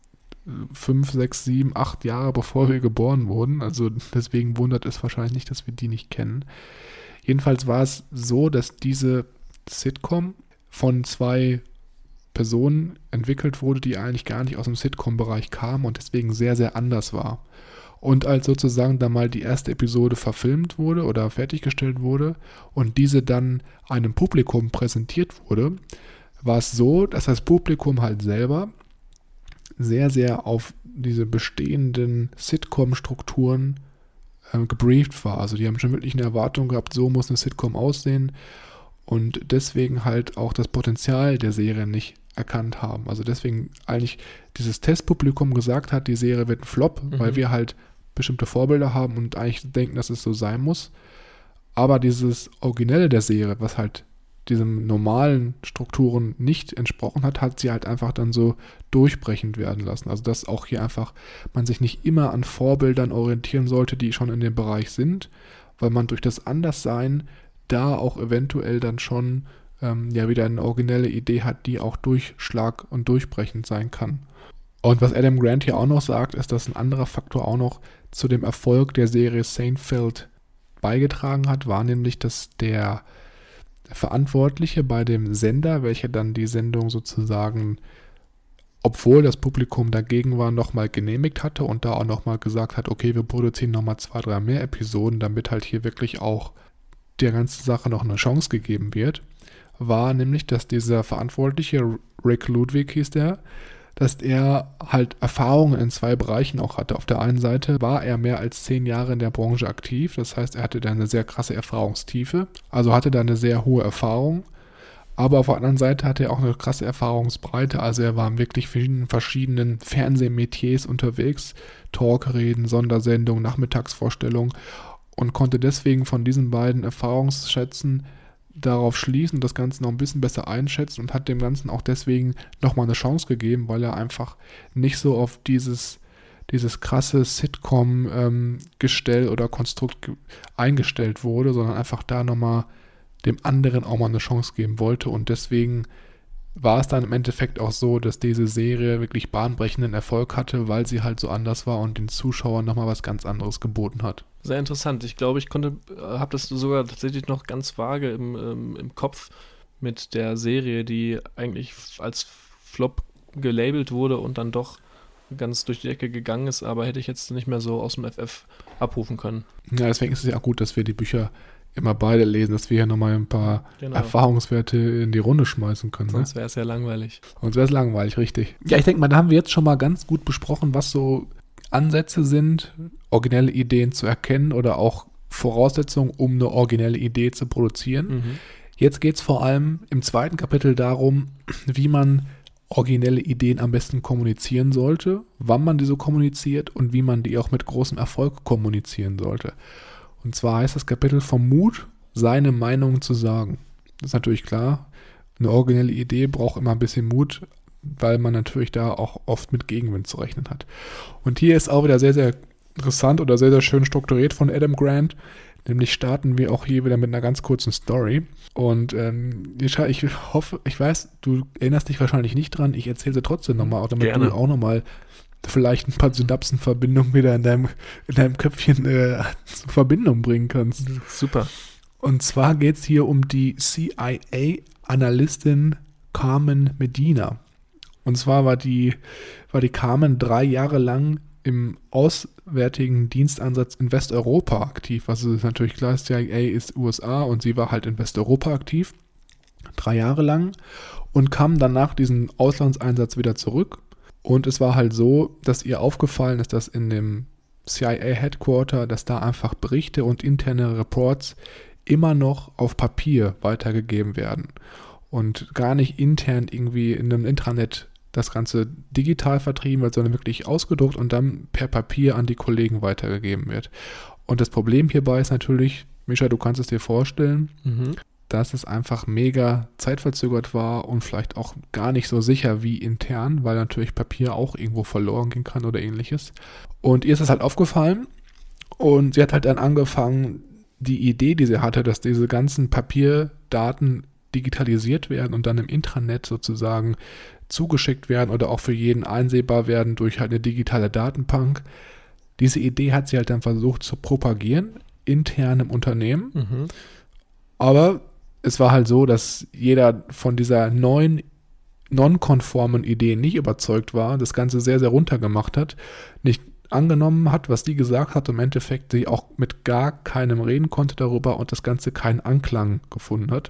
5, 6, 7, 8 Jahre bevor wir geboren wurden. Also deswegen wundert es wahrscheinlich nicht, dass wir die nicht kennen. Jedenfalls war es so, dass diese Sitcom von 2 Personen entwickelt wurde, die eigentlich gar nicht aus dem Sitcom-Bereich kamen und deswegen sehr, sehr anders war. Und als sozusagen da mal die erste Episode verfilmt wurde oder fertiggestellt wurde und diese dann einem Publikum präsentiert wurde, war es so, dass das Publikum halt selber sehr, sehr auf diese bestehenden Sitcom-Strukturen gebrieft war. Also die haben schon wirklich eine Erwartung gehabt, so muss eine Sitcom aussehen und deswegen halt auch das Potenzial der Serie nicht erkannt haben. Also deswegen eigentlich dieses Testpublikum gesagt hat, die Serie wird ein Flop, weil wir halt bestimmte Vorbilder haben und eigentlich denken, dass es so sein muss. Aber dieses Originelle der Serie, was halt diesen normalen Strukturen nicht entsprochen hat, hat sie halt einfach dann so durchbrechend werden lassen. Also dass auch hier einfach man sich nicht immer an Vorbildern orientieren sollte, die schon in dem Bereich sind, weil man durch das Anderssein da auch eventuell dann schon wieder eine originelle Idee hat, die auch durchschlag- und durchbrechend sein kann. Und was Adam Grant hier auch noch sagt, ist, dass ein anderer Faktor auch noch zu dem Erfolg der Serie Seinfeld beigetragen hat, war nämlich, dass der Verantwortliche bei dem Sender, welcher dann die Sendung sozusagen, obwohl das Publikum dagegen war, nochmal genehmigt hatte und da auch nochmal gesagt hat, okay, wir produzieren nochmal 2, 3 mehr Episoden, damit halt hier wirklich auch der ganzen Sache noch eine Chance gegeben wird, war nämlich, dass dieser Verantwortliche, Rick Ludwig hieß der, dass er halt Erfahrungen in 2 Bereichen auch hatte. Auf der einen Seite war er mehr als 10 Jahre in der Branche aktiv, das heißt, er hatte da eine sehr krasse Erfahrungstiefe, also hatte da eine sehr hohe Erfahrung, aber auf der anderen Seite hatte er auch eine krasse Erfahrungsbreite, also er war in wirklich vielen verschiedenen Fernsehmetiers unterwegs, Talkreden, Sondersendungen, Nachmittagsvorstellungen und konnte deswegen von diesen beiden Erfahrungsschätzen darauf schließen, das Ganze noch ein bisschen besser einschätzen und hat dem Ganzen auch deswegen nochmal eine Chance gegeben, weil er einfach nicht so auf dieses krasse Sitcom-Gestell oder Konstrukt eingestellt wurde, sondern einfach da nochmal dem anderen auch mal eine Chance geben wollte und deswegen war es dann im Endeffekt auch so, dass diese Serie wirklich bahnbrechenden Erfolg hatte, weil sie halt so anders war und den Zuschauern nochmal was ganz anderes geboten hat. Sehr interessant. Ich glaube, habe das sogar tatsächlich noch ganz vage im Kopf mit der Serie, die eigentlich als Flop gelabelt wurde und dann doch ganz durch die Decke gegangen ist, aber hätte ich jetzt nicht mehr so aus dem FF abrufen können. Ja, deswegen ist es ja auch gut, dass wir die Bücher immer beide lesen, dass wir hier nochmal ein paar Erfahrungswerte in die Runde schmeißen können. Sonst wäre es ja langweilig. Sonst wäre es langweilig, richtig. Ja, ich denke mal, da haben wir jetzt schon mal ganz gut besprochen, was so Ansätze sind, originelle Ideen zu erkennen oder auch Voraussetzungen, um eine originelle Idee zu produzieren. Mhm. Jetzt geht es vor allem im zweiten Kapitel darum, wie man originelle Ideen am besten kommunizieren sollte, wann man die so kommuniziert und wie man die auch mit großem Erfolg kommunizieren sollte. Und zwar heißt das Kapitel vom Mut, seine Meinung zu sagen. Das ist natürlich klar, eine originelle Idee braucht immer ein bisschen Mut, weil man natürlich da auch oft mit Gegenwind zu rechnen hat. Und hier ist auch wieder sehr, sehr interessant oder sehr, sehr schön strukturiert von Adam Grant. Nämlich starten wir auch hier wieder mit einer ganz kurzen Story. Und ich hoffe, ich weiß, du erinnerst dich wahrscheinlich nicht dran. Ich erzähle sie trotzdem nochmal, damit Gerne. du auch nochmal vielleicht ein paar Synapsenverbindungen wieder in deinem Köpfchen zur Verbindung bringen kannst. Super. Und zwar geht es hier um die CIA-Analystin Carmen Medina. Und zwar war die Carmen 3 Jahre lang im Auswärtigen Dienstansatz in Westeuropa aktiv. Was ist natürlich klar, CIA ist USA und sie war halt in Westeuropa aktiv. 3 Jahre lang und kam dann nach diesem Auslandseinsatz wieder zurück. Und es war halt so, dass ihr aufgefallen ist, dass in dem CIA-Headquarter, dass da einfach Berichte und interne Reports immer noch auf Papier weitergegeben werden. Und gar nicht intern irgendwie in einem Intranet das Ganze digital vertrieben wird, sondern wirklich ausgedruckt und dann per Papier an die Kollegen weitergegeben wird. Und das Problem hierbei ist natürlich, Mischa, du kannst es dir vorstellen, dass es einfach mega zeitverzögert war und vielleicht auch gar nicht so sicher wie intern, weil natürlich Papier auch irgendwo verloren gehen kann oder ähnliches. Und ihr ist es halt aufgefallen und sie hat halt dann angefangen, die Idee, die sie hatte, dass diese ganzen Papierdaten digitalisiert werden und dann im Intranet sozusagen zugeschickt werden oder auch für jeden einsehbar werden durch halt eine digitale Datenbank. Diese Idee hat sie halt dann versucht zu propagieren, intern im Unternehmen. Mhm. Aber es war halt so, dass jeder von dieser neuen, non-konformen Idee nicht überzeugt war, das Ganze sehr, sehr runtergemacht hat, nicht angenommen hat, was die gesagt hat, im Endeffekt sie auch mit gar keinem reden konnte darüber und das Ganze keinen Anklang gefunden hat.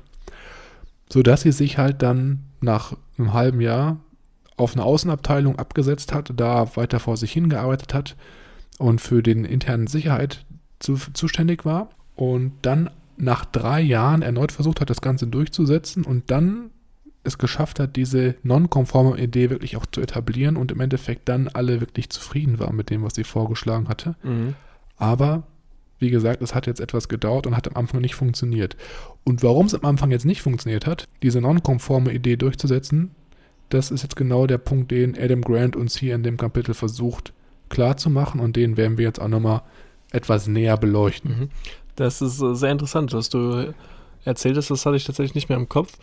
Sodass sie sich halt dann nach einem halben Jahr auf eine Außenabteilung abgesetzt hat, da weiter vor sich hingearbeitet hat und für den internen Sicherheit zuständig war und dann nach 3 Jahren erneut versucht hat, das Ganze durchzusetzen und dann es geschafft hat, diese non-konforme Idee wirklich auch zu etablieren und im Endeffekt dann alle wirklich zufrieden waren mit dem, was sie vorgeschlagen hatte. Mhm. Aber wie gesagt, es hat jetzt etwas gedauert und hat am Anfang nicht funktioniert. Und warum es am Anfang jetzt nicht funktioniert hat, diese non-konforme Idee durchzusetzen, das ist jetzt genau der Punkt, den Adam Grant uns hier in dem Kapitel versucht klarzumachen und den werden wir jetzt auch nochmal etwas näher beleuchten. Mhm. Das ist sehr interessant, was du erzählt hast, das hatte ich tatsächlich nicht mehr im Kopf.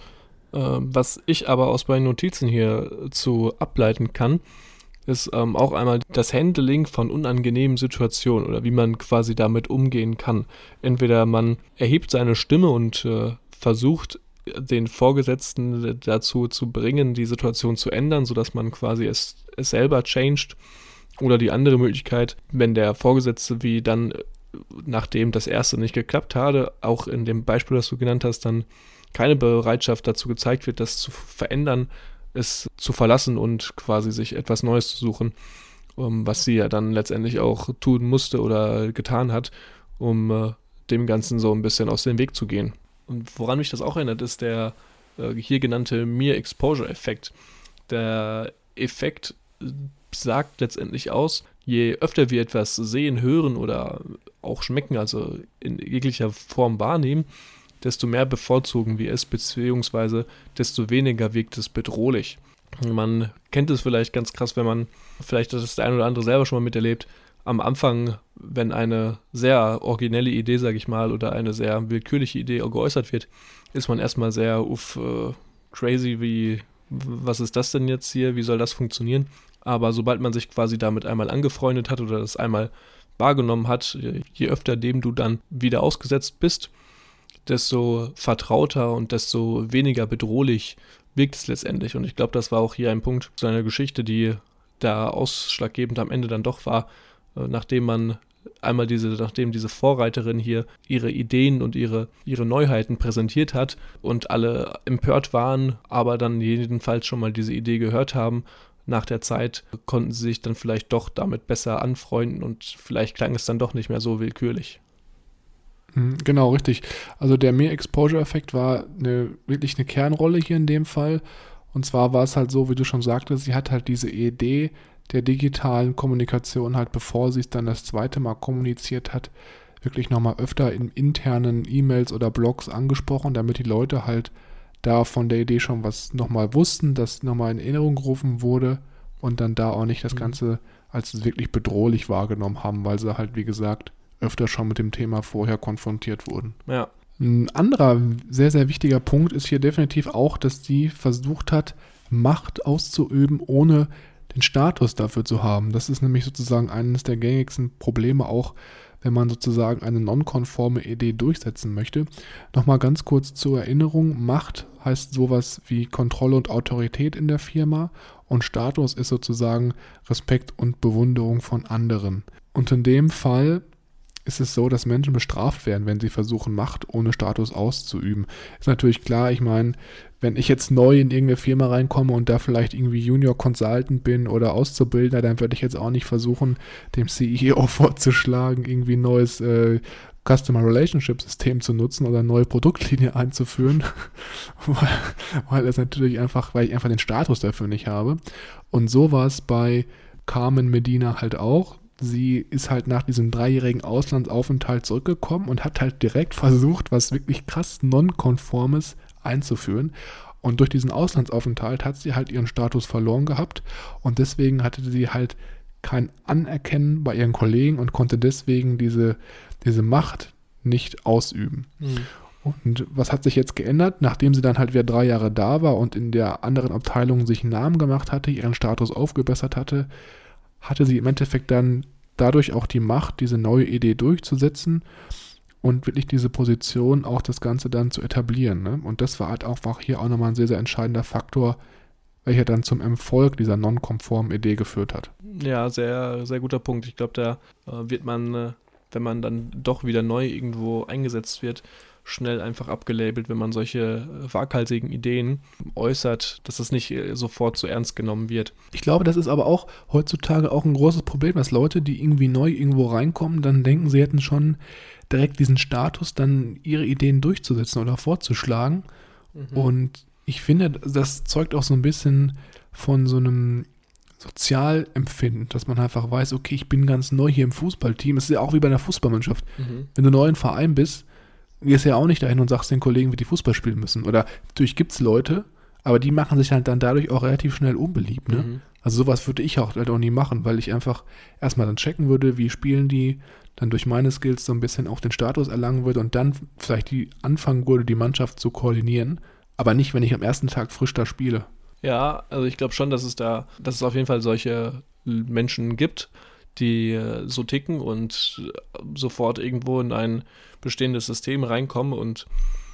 Was ich aber aus meinen Notizen hier zu ableiten kann, ist auch einmal das Handling von unangenehmen Situationen oder wie man quasi damit umgehen kann. Entweder man erhebt seine Stimme und versucht, den Vorgesetzten dazu zu bringen, die Situation zu ändern, sodass man quasi es selber changed. Oder die andere Möglichkeit, wenn der Vorgesetzte wie dann, nachdem das erste nicht geklappt hatte, auch in dem Beispiel, das du genannt hast, dann keine Bereitschaft dazu gezeigt wird, das zu verändern, es zu verlassen und quasi sich etwas Neues zu suchen, was sie ja dann letztendlich auch tun musste oder getan hat, um dem Ganzen so ein bisschen aus dem Weg zu gehen. Und woran mich das auch erinnert, ist der hier genannte Mere-Exposure-Effekt. Der Effekt sagt letztendlich aus, je öfter wir etwas sehen, hören oder auch schmecken, also in jeglicher Form wahrnehmen, desto mehr bevorzugen wir es, beziehungsweise desto weniger wirkt es bedrohlich. Man kennt es vielleicht ganz krass, wenn man, vielleicht das der ein oder andere selber schon mal miterlebt, am Anfang, wenn eine sehr originelle Idee, sage ich mal, oder eine sehr willkürliche Idee geäußert wird, ist man erstmal sehr crazy, was ist das denn jetzt hier, wie soll das funktionieren? Aber sobald man sich quasi damit einmal angefreundet hat oder das einmal wahrgenommen hat, je öfter dem du dann wieder ausgesetzt bist, desto vertrauter und desto weniger bedrohlich wirkt es letztendlich. Und ich glaube, das war auch hier ein Punkt zu einer Geschichte, die da ausschlaggebend am Ende dann doch war, nachdem diese Vorreiterin hier ihre Ideen und ihre Neuheiten präsentiert hat und alle empört waren, aber dann jedenfalls schon mal diese Idee gehört haben. Nach der Zeit konnten sie sich dann vielleicht doch damit besser anfreunden und vielleicht klang es dann doch nicht mehr so willkürlich. Genau, richtig. Also der Mehr-Exposure-Effekt war wirklich eine Kernrolle hier in dem Fall. Und zwar war es halt so, wie du schon sagtest, sie hat halt diese Idee der digitalen Kommunikation halt, bevor sie es dann das zweite Mal kommuniziert hat, wirklich nochmal öfter in internen E-Mails oder Blogs angesprochen, damit die Leute halt da von der Idee schon was nochmal wussten, das nochmal in Erinnerung gerufen wurde und dann da auch nicht das Ganze als wirklich bedrohlich wahrgenommen haben, weil sie halt, wie gesagt, öfter schon mit dem Thema vorher konfrontiert wurden. Ja. Ein anderer sehr, sehr wichtiger Punkt ist hier definitiv auch, dass sie versucht hat, Macht auszuüben, ohne den Status dafür zu haben. Das ist nämlich sozusagen eines der gängigsten Probleme auch, wenn man sozusagen eine nonkonforme Idee durchsetzen möchte. Nochmal ganz kurz zur Erinnerung, Macht heißt sowas wie Kontrolle und Autorität in der Firma und Status ist sozusagen Respekt und Bewunderung von anderen. Und in dem Fall ist es so, dass Menschen bestraft werden, wenn sie versuchen, Macht ohne Status auszuüben. Ist natürlich klar, ich meine, wenn ich jetzt neu in irgendeine Firma reinkomme und da vielleicht irgendwie Junior Consultant bin oder Auszubildender, dann würde ich jetzt auch nicht versuchen, dem CEO vorzuschlagen, irgendwie ein neues Customer Relationship System zu nutzen oder eine neue Produktlinie einzuführen, weil ich einfach den Status dafür nicht habe. Und so war es bei Carmen Medina halt auch. Sie ist halt nach diesem 3-jährigen Auslandsaufenthalt zurückgekommen und hat halt direkt versucht, was wirklich krass Nonkonformes einzuführen. Und durch diesen Auslandsaufenthalt hat sie halt ihren Status verloren gehabt und deswegen hatte sie halt kein Anerkennen bei ihren Kollegen und konnte deswegen diese Macht nicht ausüben. Und was hat sich jetzt geändert? Nachdem sie dann halt wieder 3 Jahre da war und in der anderen Abteilung sich einen Namen gemacht hatte, ihren Status aufgebessert hatte, hatte sie im Endeffekt dann dadurch auch die Macht, diese neue Idee durchzusetzen und wirklich diese Position, auch das Ganze dann zu etablieren. Ne? Und das war halt einfach hier auch nochmal ein sehr, sehr entscheidender Faktor, welcher dann zum Erfolg dieser non-konformen Idee geführt hat. Ja, sehr, sehr guter Punkt. Ich glaube, da wird man, wenn man dann doch wieder neu irgendwo eingesetzt wird, schnell einfach abgelabelt, wenn man solche waghalsigen Ideen äußert, dass das nicht sofort so ernst genommen wird. Ich glaube, das ist aber auch heutzutage auch ein großes Problem, dass Leute, die irgendwie neu irgendwo reinkommen, dann denken, sie hätten schon direkt diesen Status, dann ihre Ideen durchzusetzen oder vorzuschlagen. Und ich finde, das zeugt auch so ein bisschen von so einem Sozialempfinden, dass man einfach weiß, okay, ich bin ganz neu hier im Fußballteam. Es ist ja auch wie bei einer Fußballmannschaft. Wenn du neu im Verein bist, gehst ja auch nicht dahin und sagst den Kollegen, wie die Fußball spielen müssen. Oder natürlich gibt es Leute, aber die machen sich halt dann dadurch auch relativ schnell unbeliebt. Ne? Also sowas würde ich auch nie machen, weil ich einfach erstmal dann checken würde, wie spielen die, dann durch meine Skills so ein bisschen auch den Status erlangen würde und dann vielleicht anfangen würde, die Mannschaft zu koordinieren, aber nicht, wenn ich am ersten Tag frisch da spiele. Ja, also ich glaube schon, dass es auf jeden Fall solche Menschen gibt, die so ticken und sofort irgendwo in ein bestehendes System reinkommen und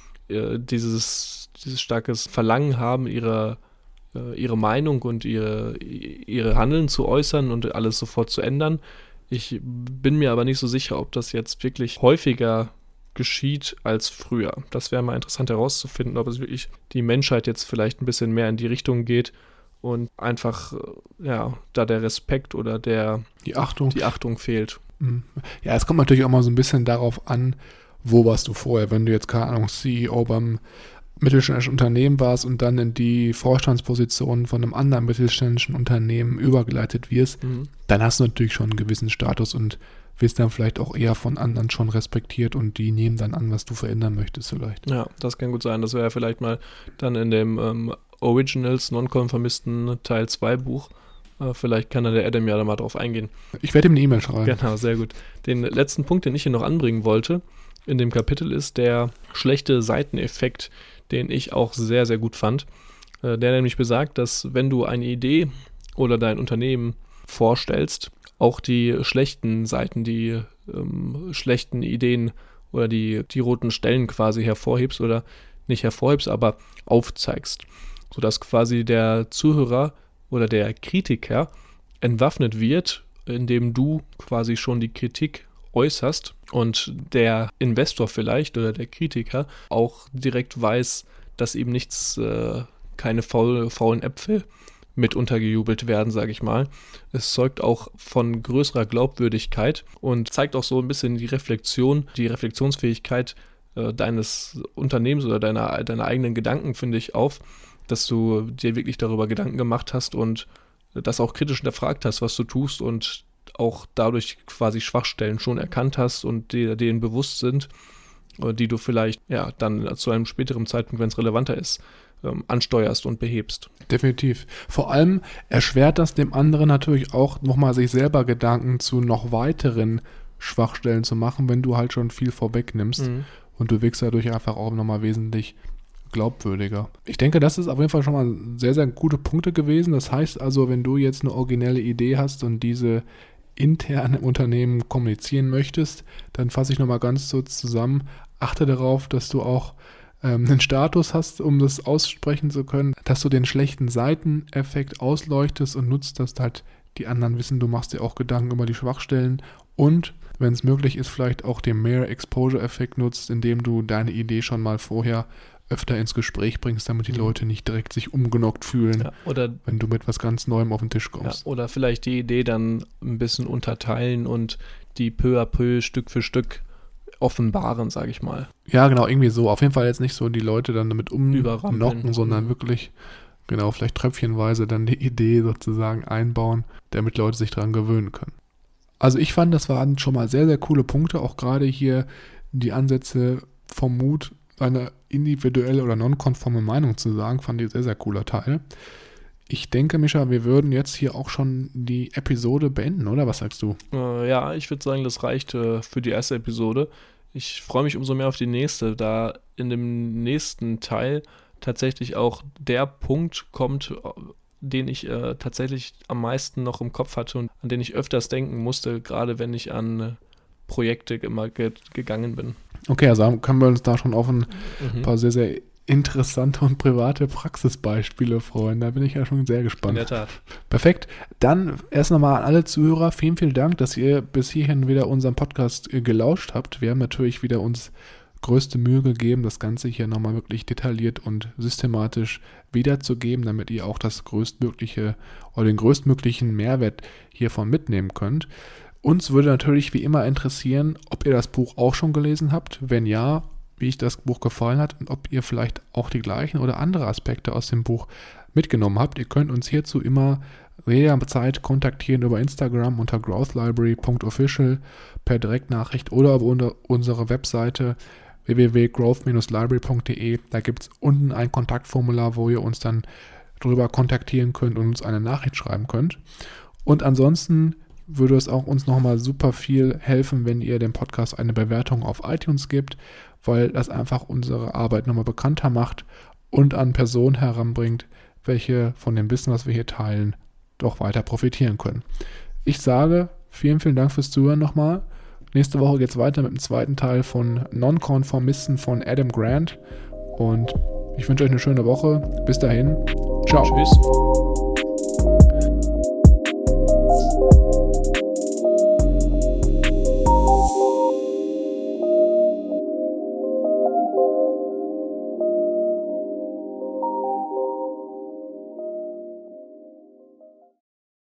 dieses starkes Verlangen haben, ihre Meinung und ihre Handeln zu äußern und alles sofort zu ändern. Ich bin mir aber nicht so sicher, ob das jetzt wirklich häufiger geschieht als früher. Das wäre mal interessant herauszufinden, ob es wirklich die Menschheit jetzt vielleicht ein bisschen mehr in die Richtung geht und einfach, da der Respekt oder die Achtung fehlt. Ja, es kommt natürlich auch mal so ein bisschen darauf an, wo warst du vorher. Wenn du jetzt, keine Ahnung, CEO beim mittelständischen Unternehmen warst und dann in die Vorstandsposition von einem anderen mittelständischen Unternehmen übergeleitet wirst, dann hast du natürlich schon einen gewissen Status und wirst dann vielleicht auch eher von anderen schon respektiert und die nehmen dann an, was du verändern möchtest vielleicht. Ja, das kann gut sein. Das wäre vielleicht mal dann in dem Originals Nonkonformisten Teil 2 Buch. Vielleicht kann der Adam ja da mal drauf eingehen. Ich werde ihm eine E-Mail schreiben. Genau, sehr gut. Den letzten Punkt, den ich hier noch anbringen wollte, in dem Kapitel ist der schlechte Seiteneffekt, den ich auch sehr, sehr gut fand. Der nämlich besagt, dass wenn du eine Idee oder dein Unternehmen vorstellst, auch die schlechten Seiten, die schlechten Ideen oder die roten Stellen quasi hervorhebst oder nicht hervorhebst, aber aufzeigst, sodass quasi der Zuhörer oder der Kritiker entwaffnet wird, indem du quasi schon die Kritik äußerst und der Investor vielleicht oder der Kritiker auch direkt weiß, dass ihm keine faulen Äpfel mit untergejubelt werden, sage ich mal. Es zeugt auch von größerer Glaubwürdigkeit und zeigt auch so ein bisschen die Reflexionsfähigkeit deines Unternehmens oder deiner eigenen Gedanken, finde ich, auf, dass du dir wirklich darüber Gedanken gemacht hast und das auch kritisch hinterfragt hast, was du tust und auch dadurch quasi Schwachstellen schon erkannt hast und denen bewusst sind, die du vielleicht dann zu einem späteren Zeitpunkt, wenn es relevanter ist, ansteuerst und behebst. Definitiv. Vor allem erschwert das dem anderen natürlich auch nochmal sich selber Gedanken zu noch weiteren Schwachstellen zu machen, wenn du halt schon viel vorwegnimmst und du wirkst dadurch einfach auch nochmal wesentlich glaubwürdiger. Ich denke, das ist auf jeden Fall schon mal sehr, sehr gute Punkte gewesen. Das heißt also, wenn du jetzt eine originelle Idee hast und diese intern im Unternehmen kommunizieren möchtest, dann fasse ich nochmal ganz kurz zusammen. Achte darauf, dass du auch einen Status hast, um das aussprechen zu können, dass du den schlechten Seiteneffekt ausleuchtest und nutzt, dass halt die anderen wissen, du machst dir auch Gedanken über die Schwachstellen und, wenn es möglich ist, vielleicht auch den Mere-Exposure-Effekt nutzt, indem du deine Idee schon mal vorher öfter ins Gespräch bringst, damit die Leute nicht direkt sich umgenockt fühlen, oder wenn du mit was ganz Neuem auf den Tisch kommst. Ja, oder vielleicht die Idee dann ein bisschen unterteilen und die peu à peu, Stück für Stück offenbaren, sage ich mal. Ja, genau, irgendwie so. Auf jeden Fall jetzt nicht so die Leute dann damit umnocken, sondern wirklich, genau, vielleicht tröpfchenweise dann die Idee sozusagen einbauen, damit Leute sich daran gewöhnen können. Also ich fand, das waren schon mal sehr, sehr coole Punkte, auch gerade hier die Ansätze vom Mut, eine individuelle oder non-konforme Meinung zu sagen, fand ich sehr, sehr cooler Teil. Ich denke, Mischa, wir würden jetzt hier auch schon die Episode beenden, oder? Was sagst du? Ja, ich würde sagen, das reicht für die erste Episode. Ich freue mich umso mehr auf die nächste, da in dem nächsten Teil tatsächlich auch der Punkt kommt, den ich tatsächlich am meisten noch im Kopf hatte und an den ich öfters denken musste, gerade wenn ich an Projekte immer gegangen bin. Okay, also können wir uns da schon auf ein paar sehr, sehr interessante und private Praxisbeispiele freuen. Da bin ich ja schon sehr gespannt. In der Tat. Perfekt. Dann erst nochmal an alle Zuhörer, vielen, vielen Dank, dass ihr bis hierhin wieder unseren Podcast gelauscht habt. Wir haben natürlich wieder uns größte Mühe gegeben, das Ganze hier nochmal wirklich detailliert und systematisch wiederzugeben, damit ihr auch das größtmögliche oder den größtmöglichen Mehrwert hiervon mitnehmen könnt. Uns würde natürlich wie immer interessieren, ob ihr das Buch auch schon gelesen habt. Wenn ja, wie euch das Buch gefallen hat und ob ihr vielleicht auch die gleichen oder andere Aspekte aus dem Buch mitgenommen habt. Ihr könnt uns hierzu immer jederzeit kontaktieren über Instagram unter growthlibrary.official per Direktnachricht oder über unsere Webseite www.growth-library.de. Da gibt es unten ein Kontaktformular, wo ihr uns dann drüber kontaktieren könnt und uns eine Nachricht schreiben könnt. Und ansonsten würde es auch uns nochmal super viel helfen, wenn ihr dem Podcast eine Bewertung auf iTunes gebt, weil das einfach unsere Arbeit nochmal bekannter macht und an Personen heranbringt, welche von dem Wissen, was wir hier teilen, doch weiter profitieren können. Ich sage vielen, vielen Dank fürs Zuhören nochmal. Nächste Woche geht es weiter mit dem zweiten Teil von Nonkonformisten von Adam Grant und ich wünsche euch eine schöne Woche. Bis dahin. Ciao. Tschüss.